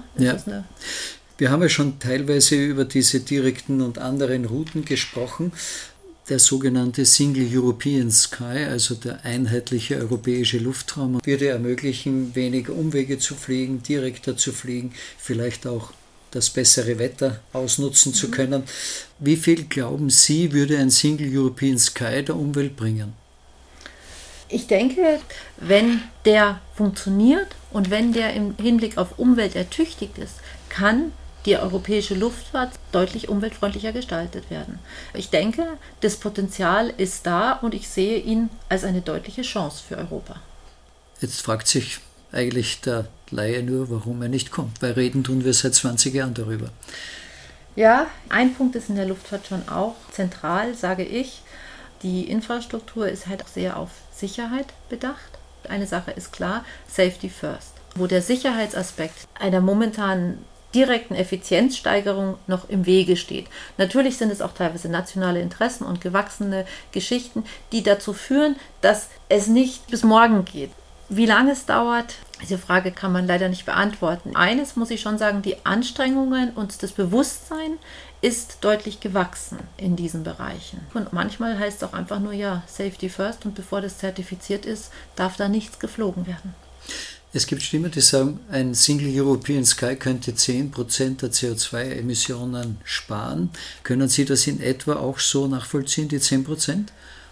Wir haben ja schon teilweise über diese direkten und anderen Routen gesprochen. Der sogenannte Single European Sky, also der einheitliche europäische Luftraum, würde ermöglichen, weniger Umwege zu fliegen, direkter zu fliegen, vielleicht auch das bessere Wetter ausnutzen zu können. Wie viel, glauben Sie, würde ein Single European Sky der Umwelt bringen? Ich denke, wenn der funktioniert und wenn der im Hinblick auf Umwelt ertüchtigt ist, kann die europäische Luftfahrt deutlich umweltfreundlicher gestaltet werden. Ich denke, das Potenzial ist da und ich sehe ihn als eine deutliche Chance für Europa. Jetzt fragt sich eigentlich der Laie nur, warum er nicht kommt, weil reden tun wir seit 20 Jahren darüber. Ja, ein Punkt ist in der Luftfahrt schon auch zentral, sage ich. Die Infrastruktur ist halt auch sehr auf Sicherheit bedacht. Eine Sache ist klar, Safety First. Wo der Sicherheitsaspekt einer momentanen direkten Effizienzsteigerung noch im Wege steht. Natürlich sind es auch teilweise nationale Interessen und gewachsene Geschichten, die dazu führen, dass es nicht bis morgen geht. Wie lange es dauert, diese Frage kann man leider nicht beantworten. Eines muss ich schon sagen, die Anstrengungen und das Bewusstsein ist deutlich gewachsen in diesen Bereichen. Und manchmal heißt es auch einfach nur, ja, Safety First und bevor das zertifiziert ist, darf da nichts geflogen werden. Es gibt Stimmen, die sagen, ein Single European Sky könnte 10% der CO2-Emissionen sparen. Können Sie das in etwa auch so nachvollziehen, die 10%?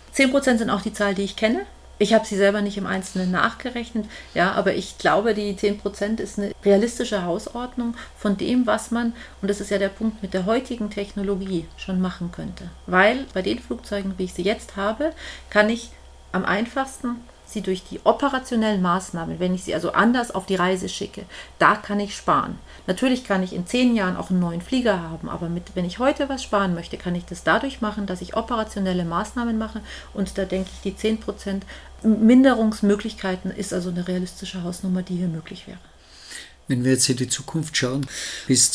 10% sind auch die Zahl, die ich kenne. Ich habe sie selber nicht im Einzelnen nachgerechnet, ja, aber ich glaube, die 10% ist eine realistische Hausordnung von dem, was man, und das ist ja der Punkt, mit der heutigen Technologie schon machen könnte. Weil bei den Flugzeugen, wie ich sie jetzt habe, kann ich am einfachsten sie durch die operationellen Maßnahmen, wenn ich sie also anders auf die Reise schicke, da kann ich sparen. Natürlich kann ich in 10 Jahren auch einen neuen Flieger haben, aber wenn ich heute was sparen möchte, kann ich das dadurch machen, dass ich operationelle Maßnahmen mache, und da denke ich, die 10% Minderungsmöglichkeiten ist also eine realistische Hausnummer, die hier möglich wäre. Wenn wir jetzt in die Zukunft schauen, bis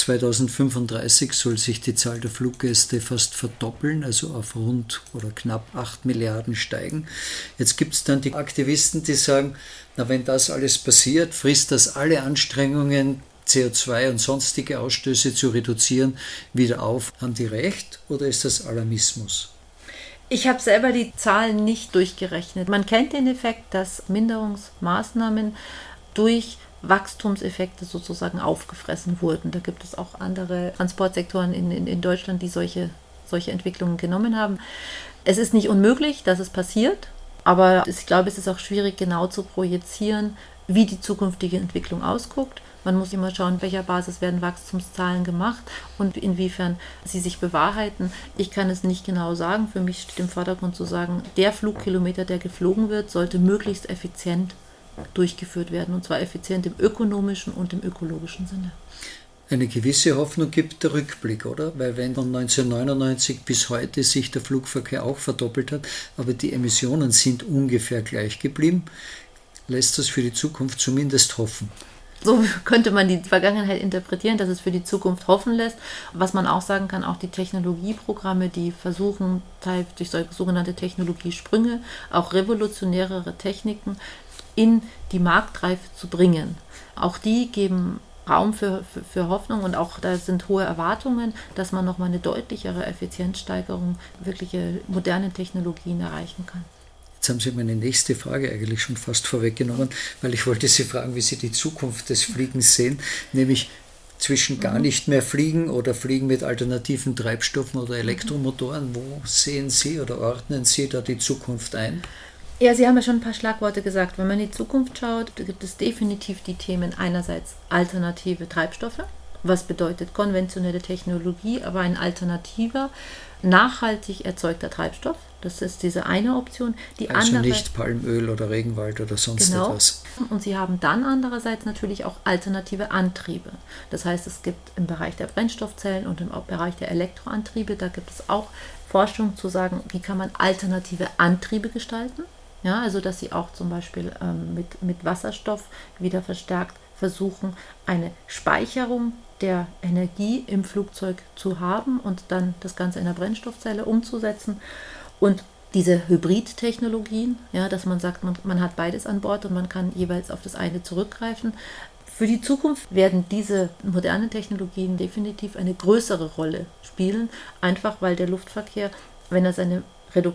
2035 soll sich die Zahl der Fluggäste fast verdoppeln, also auf rund oder knapp 8 Milliarden steigen. Jetzt gibt es dann die Aktivisten, die sagen, na, wenn das alles passiert, frisst das alle Anstrengungen, CO2 und sonstige Ausstöße zu reduzieren, wieder auf. Haben die recht oder ist das Alarmismus? Ich habe selber die Zahlen nicht durchgerechnet. Man kennt den Effekt, dass Minderungsmaßnahmen durch Wachstumseffekte sozusagen aufgefressen wurden. Da gibt es auch andere Transportsektoren in Deutschland, die solche Entwicklungen genommen haben. Es ist nicht unmöglich, dass es passiert, aber ich glaube, es ist auch schwierig, genau zu projizieren, wie die zukünftige Entwicklung ausguckt. Man muss immer schauen, auf welcher Basis werden Wachstumszahlen gemacht und inwiefern sie sich bewahrheiten. Ich kann es nicht genau sagen. Für mich steht im Vordergrund zu sagen, der Flugkilometer, der geflogen wird, sollte möglichst effizient durchgeführt werden, und zwar effizient im ökonomischen und im ökologischen Sinne. Eine gewisse Hoffnung gibt der Rückblick, oder? Weil wenn von 1999 bis heute sich der Flugverkehr auch verdoppelt hat, aber die Emissionen sind ungefähr gleich geblieben, lässt das für die Zukunft zumindest hoffen. So könnte man die Vergangenheit interpretieren, dass es für die Zukunft hoffen lässt. Was man auch sagen kann, auch die Technologieprogramme, die versuchen, durch solche sogenannte Technologiesprünge auch revolutionärere Techniken in die Marktreife zu bringen. Auch die geben Raum für Hoffnung, und auch da sind hohe Erwartungen, dass man nochmal eine deutlichere Effizienzsteigerung wirkliche modernen Technologien erreichen kann. Jetzt haben Sie meine nächste Frage eigentlich schon fast vorweggenommen, weil ich wollte Sie fragen, wie Sie die Zukunft des Fliegens sehen, nämlich zwischen gar nicht mehr fliegen oder fliegen mit alternativen Treibstoffen oder Elektromotoren. Wo sehen Sie oder ordnen Sie da die Zukunft ein? Ja, Sie haben ja schon ein paar Schlagworte gesagt. Wenn man in die Zukunft schaut, gibt es definitiv die Themen einerseits alternative Treibstoffe, was bedeutet konventionelle Technologie, aber ein alternativer, nachhaltig erzeugter Treibstoff. Das ist diese eine Option. Die also andere, nicht Palmöl oder Regenwald oder sonst etwas. Und Sie haben dann andererseits natürlich auch alternative Antriebe. Das heißt, es gibt im Bereich der Brennstoffzellen und im Bereich der Elektroantriebe, da gibt es auch Forschung zu sagen, wie kann man alternative Antriebe gestalten. Ja, also dass sie auch zum Beispiel mit Wasserstoff wieder verstärkt versuchen, eine Speicherung der Energie im Flugzeug zu haben und dann das Ganze in der Brennstoffzelle umzusetzen. Und diese Hybridtechnologien, ja, dass man sagt, man hat beides an Bord und man kann jeweils auf das eine zurückgreifen. Für die Zukunft werden diese modernen Technologien definitiv eine größere Rolle spielen, einfach weil der Luftverkehr, wenn er seine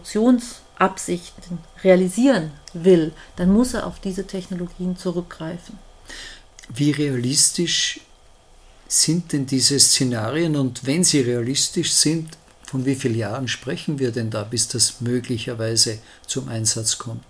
Reduktionsabsichten realisieren will, dann muss er auf diese Technologien zurückgreifen. Wie realistisch sind denn diese Szenarien, und wenn sie realistisch sind, von wie vielen Jahren sprechen wir denn da, bis das möglicherweise zum Einsatz kommt?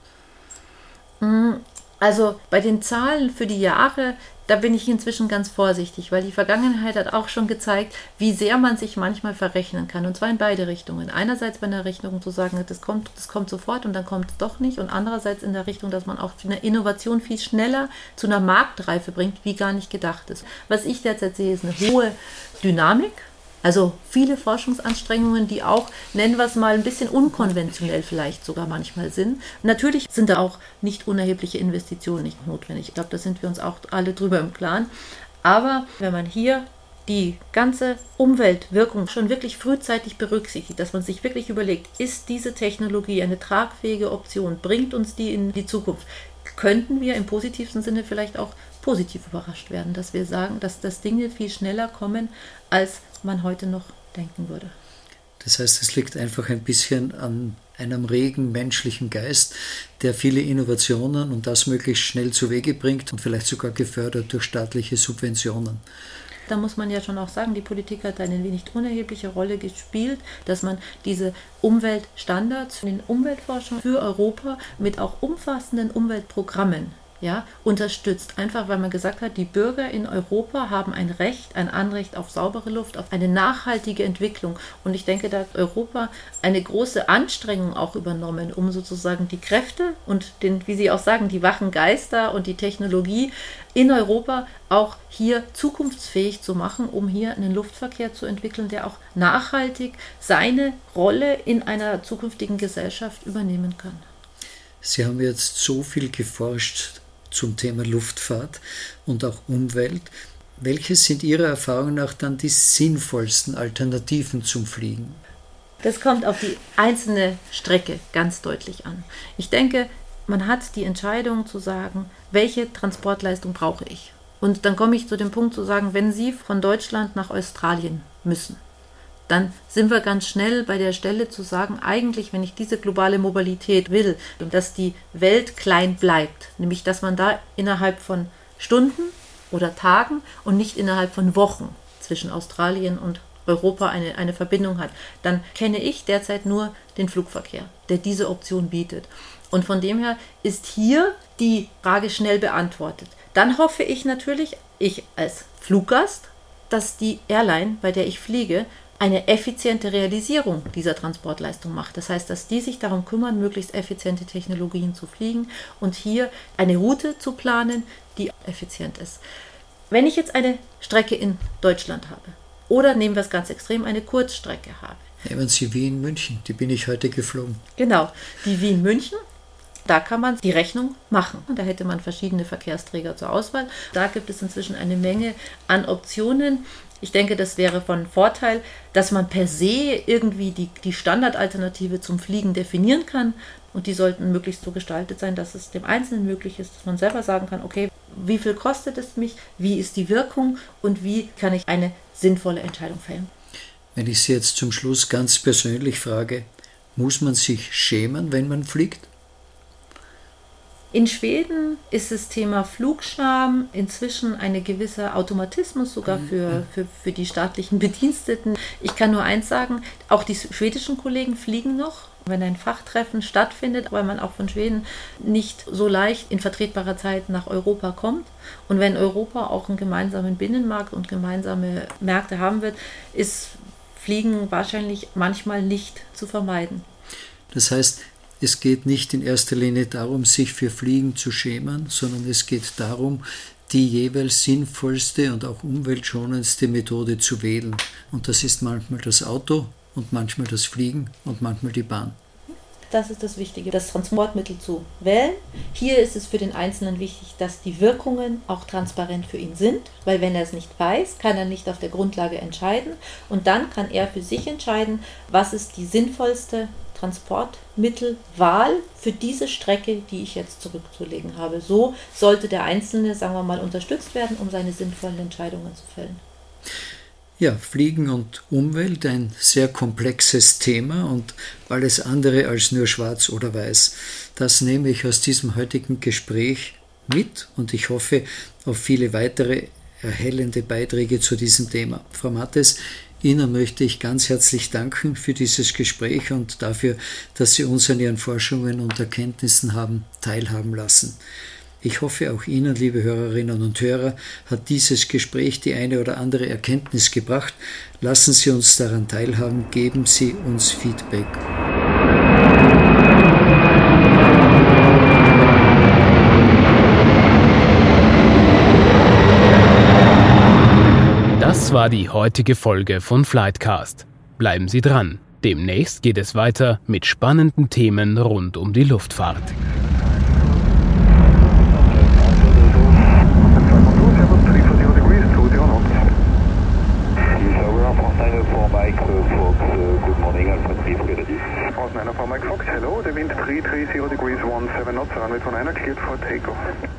Also bei den Zahlen für die Jahre, da bin ich inzwischen ganz vorsichtig, weil die Vergangenheit hat auch schon gezeigt, wie sehr man sich manchmal verrechnen kann. Und zwar in beide Richtungen. Einerseits bei einer Richtung zu sagen, das kommt sofort und dann kommt es doch nicht. Und andererseits in der Richtung, dass man auch eine Innovation viel schneller zu einer Marktreife bringt, wie gar nicht gedacht ist. Was ich derzeit sehe, ist eine hohe Dynamik. Also viele Forschungsanstrengungen, die auch, nennen wir es mal, ein bisschen unkonventionell vielleicht sogar manchmal sind. Natürlich sind da auch nicht unerhebliche Investitionen nicht notwendig. Ich glaube, da sind wir uns auch alle drüber im Klaren. Aber wenn man hier die ganze Umweltwirkung schon wirklich frühzeitig berücksichtigt, dass man sich wirklich überlegt, ist diese Technologie eine tragfähige Option, bringt uns die in die Zukunft, könnten wir im positivsten Sinne vielleicht auch positiv überrascht werden, dass wir sagen, dass Dinge viel schneller kommen, als man heute noch denken würde. Das heißt, es liegt einfach ein bisschen an einem regen menschlichen Geist, der viele Innovationen und das möglichst schnell zu Wege bringt und vielleicht sogar gefördert durch staatliche Subventionen. Da muss man ja schon auch sagen, die Politik hat eine nicht unerhebliche Rolle gespielt, dass man diese Umweltstandards in Umweltforschung für Europa mit auch umfassenden Umweltprogrammen unterstützt. Einfach weil man gesagt hat, die Bürger in Europa haben ein Recht, ein Anrecht auf saubere Luft, auf eine nachhaltige Entwicklung. Und ich denke, da hat Europa eine große Anstrengung auch übernommen, um sozusagen die Kräfte und wie Sie auch sagen, die wachen Geister und die Technologie in Europa auch hier zukunftsfähig zu machen, um hier einen Luftverkehr zu entwickeln, der auch nachhaltig seine Rolle in einer zukünftigen Gesellschaft übernehmen kann. Sie haben jetzt so viel geforscht zum Thema Luftfahrt und auch Umwelt. Welche sind Ihrer Erfahrung nach dann die sinnvollsten Alternativen zum Fliegen? Das kommt auf die einzelne Strecke ganz deutlich an. Ich denke, man hat die Entscheidung zu sagen, welche Transportleistung brauche ich? Und dann komme ich zu dem Punkt zu sagen, wenn Sie von Deutschland nach Australien müssen, dann sind wir ganz schnell bei der Stelle zu sagen, eigentlich, wenn ich diese globale Mobilität will, dass die Welt klein bleibt, nämlich dass man da innerhalb von Stunden oder Tagen und nicht innerhalb von Wochen zwischen Australien und Europa eine Verbindung hat, dann kenne ich derzeit nur den Flugverkehr, der diese Option bietet. Und von dem her ist hier die Frage schnell beantwortet. Dann hoffe ich natürlich, ich als Fluggast, dass die Airline, bei der ich fliege, eine effiziente Realisierung dieser Transportleistung macht. Das heißt, dass die sich darum kümmern, möglichst effiziente Technologien zu fliegen und hier eine Route zu planen, die effizient ist. Wenn ich jetzt eine Strecke in Deutschland habe oder nehmen wir es ganz extrem, eine Kurzstrecke habe. Nehmen Sie Wien-München, die bin ich heute geflogen. Genau, die Wien-München. Da kann man die Rechnung machen. Da hätte man verschiedene Verkehrsträger zur Auswahl. Da gibt es inzwischen eine Menge an Optionen. Ich denke, das wäre von Vorteil, dass man per se irgendwie die Standardalternative zum Fliegen definieren kann. Und die sollten möglichst so gestaltet sein, dass es dem Einzelnen möglich ist, dass man selber sagen kann, okay, wie viel kostet es mich, wie ist die Wirkung und wie kann ich eine sinnvolle Entscheidung fällen. Wenn ich Sie jetzt zum Schluss ganz persönlich frage, muss man sich schämen, wenn man fliegt? In Schweden ist das Thema Flugscham inzwischen ein gewisser Automatismus sogar für die staatlichen Bediensteten. Ich kann nur eins sagen, auch die schwedischen Kollegen fliegen noch, wenn ein Fachtreffen stattfindet, weil man auch von Schweden nicht so leicht in vertretbarer Zeit nach Europa kommt. Und wenn Europa auch einen gemeinsamen Binnenmarkt und gemeinsame Märkte haben wird, ist Fliegen wahrscheinlich manchmal nicht zu vermeiden. Das heißt, es geht nicht in erster Linie darum, sich für Fliegen zu schämen, sondern es geht darum, die jeweils sinnvollste und auch umweltschonendste Methode zu wählen. Und das ist manchmal das Auto und manchmal das Fliegen und manchmal die Bahn. Das ist das Wichtige, das Transportmittel zu wählen. Hier ist es für den Einzelnen wichtig, dass die Wirkungen auch transparent für ihn sind, weil wenn er es nicht weiß, kann er nicht auf der Grundlage entscheiden und dann kann er für sich entscheiden, was ist die sinnvollste Transportmittelwahl für diese Strecke, die ich jetzt zurückzulegen habe. So sollte der Einzelne, sagen wir mal, unterstützt werden, um seine sinnvollen Entscheidungen zu fällen. Ja, Fliegen und Umwelt, ein sehr komplexes Thema und alles andere als nur schwarz oder weiß. Das nehme ich aus diesem heutigen Gespräch mit und ich hoffe auf viele weitere erhellende Beiträge zu diesem Thema. Frau Mattes, Ihnen möchte ich ganz herzlich danken für dieses Gespräch und dafür, dass Sie uns an Ihren Forschungen und Erkenntnissen haben teilhaben lassen. Ich hoffe, auch Ihnen, liebe Hörerinnen und Hörer, hat dieses Gespräch die eine oder andere Erkenntnis gebracht. Lassen Sie uns daran teilhaben, geben Sie uns Feedback. Das war die heutige Folge von Flightcast. Bleiben Sie dran. Demnächst geht es weiter mit spannenden Themen rund um die Luftfahrt. Mike Fox, hello, the wind 330 degrees 17 knots, runway 29 cleared for takeoff.